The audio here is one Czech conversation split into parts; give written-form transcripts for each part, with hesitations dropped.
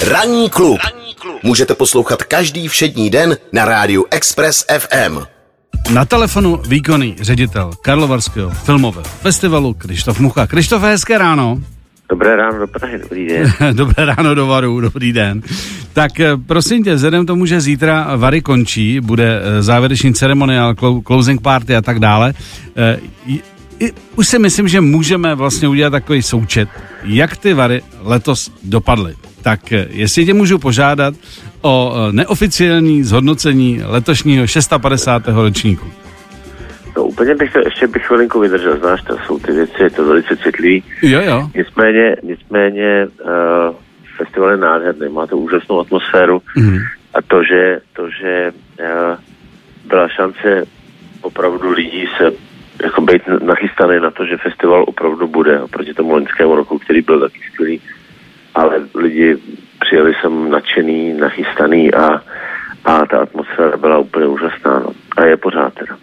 Ranní klub. Můžete poslouchat každý všední den na rádiu Express FM. Na telefonu výkonný ředitel Karlovarského filmového festivalu Krištof Mucha. Krištofe, hezké ráno. Dobré ráno do Prahy, dobrý den. Dobré ráno do Varu, dobrý den. Tak prosím tě, vzhledem tomu, že zítra Vary končí, bude závěrečný ceremoniál, closing party a tak dále, už si myslím, že můžeme vlastně udělat takový součet, jak ty Vary letos dopadly. Tak jestli tě můžu požádat o neoficiální zhodnocení letošního 650. ročníku. No úplně bych chvilinku vydržel, znáš, to jsou ty věci, je to velice citlivý. Jo. Nicméně festival je nádherný, má to úžasnou atmosféru a to, že byla šance opravdu lidí se jako být nachystaný na to, že festival opravdu bude, oproti tomu loňskému roku, který byl taky skvělý, ale lidi přijeli sem nadšený, nachystaný a ta atmosféra byla úplně úžasná, no. A je pořád teda.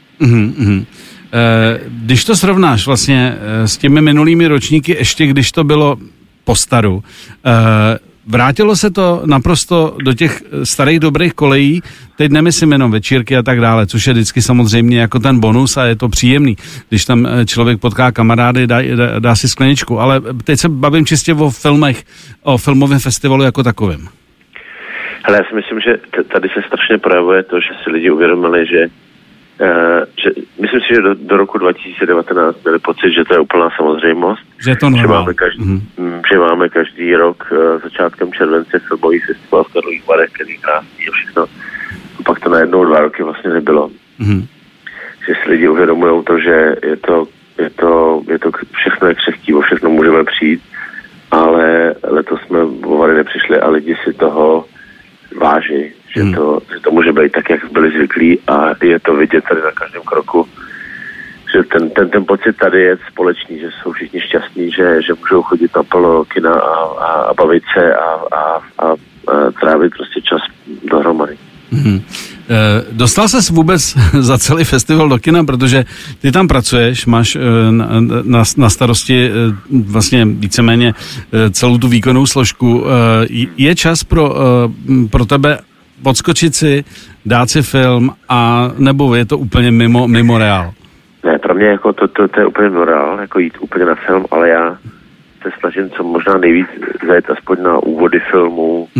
Když to srovnáš vlastně s těmi minulými ročníky, ještě když to bylo po staru, vrátilo se to naprosto do těch starých dobrých kolejí, teď nemyslím jenom večírky a tak dále, což je vždycky samozřejmě jako ten bonus a je to příjemný, když tam člověk potká kamarády, dá si skleničku, ale teď se bavím čistě o filmech, o filmovém festivalu jako takovém. Hele, já si myslím, že tady se strašně projevuje to, že si lidi uvědomili, že myslím si, že do roku 2019 měli pocit, že to je úplná samozřejmost. Že je to normál. Že máme každý rok začátkem července filmový festival v Karlových Varech, který krásný a všechno. A pak to najednou 2 roky vlastně nebylo. Že si lidi uvědomují to, že je to všechno je křehký, o všechno můžeme přijít, ale letos jsme o Vary nepřišli a lidi si toho váží, že to může být tak, jak byli zvyklí a je to vidět tady na každém kroku, že ten pocit tady je společný, že jsou všichni šťastní, že můžou chodit na polo kina a bavit se a trávit prostě čas dohromady. Dostal ses vůbec za celý festival do kina, protože ty tam pracuješ, máš na starosti vlastně víceméně celou tu výkonnou složku. Je čas pro tebe odskočit si, dát si film a nebo je to úplně mimo reál? Ne, pro mě jako to je úplně mimo reál, jako jít úplně na film, ale já se snažím co možná nejvíc zajet aspoň na úvody filmů,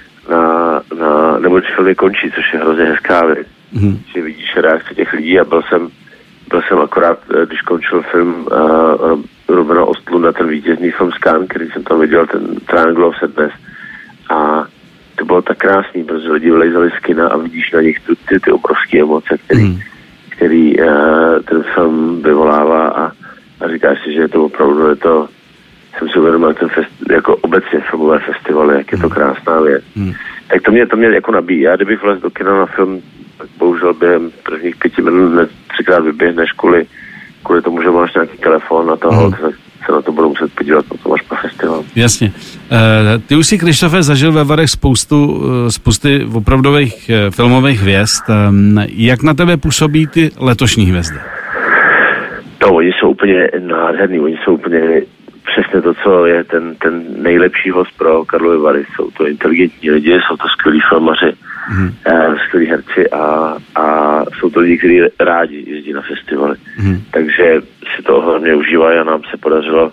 nebo když filmy končí, což je hrozně hezká věc, že vidíš reakce těch lidí a byl jsem akorát, když končil film Rubena Ostlunda, ten vítězný film Scan, který jsem tam viděl, ten Triangle of Sadness, a to bylo tak krásný, protože lidi vylejzali z kina a vidíš na nich ty obrovské emoce, který ten film vyvolává a říkáš si, že je to opravdu, jsem si uvědomil jako obecně filmové festivaly, jak je to krásná věc. Tak to mě jako nabíjí. Já kdybych vlez do kina na film, tak bohužel během prvních 5 minut 3krát vyběhneš kvůli tomu, že máš nějaký telefon a toho, tak se na to budu muset podívat, na to máš pro festival. Jasně. Ty už si, Krištofe, zažil ve Varech spousty opravdových filmových hvězd. Jak na tebe působí ty letošní hvězdy? No, oni jsou úplně nádherný, oni jsou úplně přesně to, co je ten nejlepší host pro Karlovy Vary. Jsou to inteligentní lidi, jsou to skvělí filmaři, skvělí herci a jsou to lidi, kteří rádi jezdí na festivaly. Takže si to hlavně užívají a nám se podařilo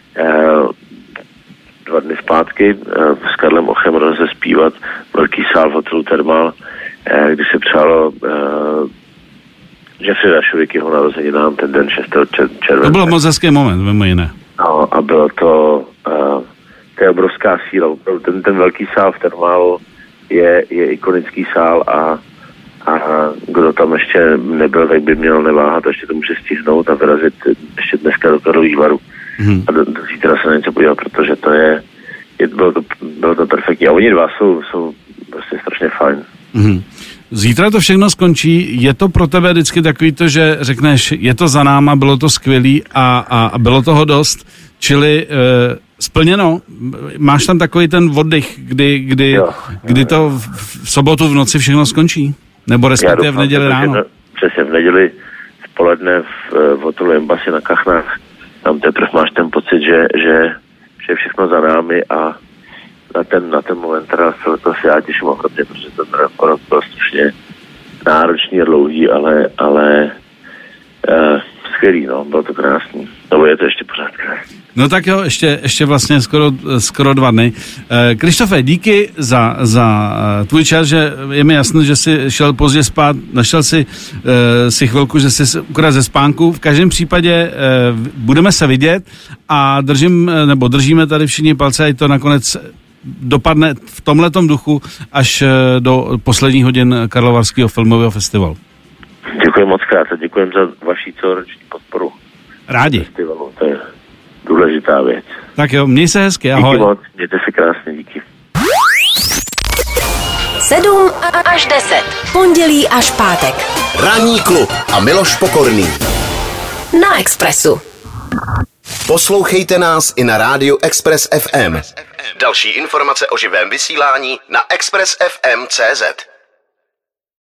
2 dny zpátky s Karlem Ochem rozespívat velký sál v hotelu Thermal, kdy se přálo Jeffrey Rushovi k jeho narozeninám ten den 6. července. To byl moc hezký moment, mimo jiné. No, a bylo to je obrovská síla. Ten velký sál v Thermalu je ikonický sál a kdo tam ještě nebyl, tak by měl neváhat, ještě to může stihnout a vyrazit ještě dneska do Karlových Varů. A do zítra se na něco podívat, protože bylo to perfektní. A oni dva jsou prostě strašně fajn. Zítra to všechno skončí. Je to pro tebe vždycky takový to, že řekneš, je to za náma, bylo to skvělý a bylo toho dost, čili splněno. Máš tam takový ten oddych, kdy to v sobotu v noci všechno skončí? Nebo respektive v neděli ráno? Přesně v neděli spoledne v hotelu Embassy na Kachnách. Tam teprve máš ten pocit, že je všechno za námi a na ten moment teda se letos já těším ohromně, protože ten rok byl strašně náročný a dlouhý, ale skvělý, no, bylo to krásný. Nebo je to ještě pořád krásný. No tak jo, ještě vlastně skoro 2 dny. Krištofe, díky za tvůj čas, že je mi jasné, že jsi šel pozdě spát, našel si chvilku, že jsi ukradl ze spánku. V každém případě budeme se vidět a držíme tady všichni palce, ať to nakonec dopadne v tomhletom duchu až do posledních hodin Karlovarského filmového festivalu. Děkuji moc krát a děkuji za vaši celoroční podporu. Rádi. Festivalu, to je důležitá věc. Tak jo, měj se hezky, ahoj. Díky moc, mějte se krásně, díky. 7 až 10. Pondělí až pátek. Ranní klub a Miloš Pokorný. Na Expressu. Poslouchejte nás i na rádiu Express FM. Další informace o živém vysílání na expressfm.cz.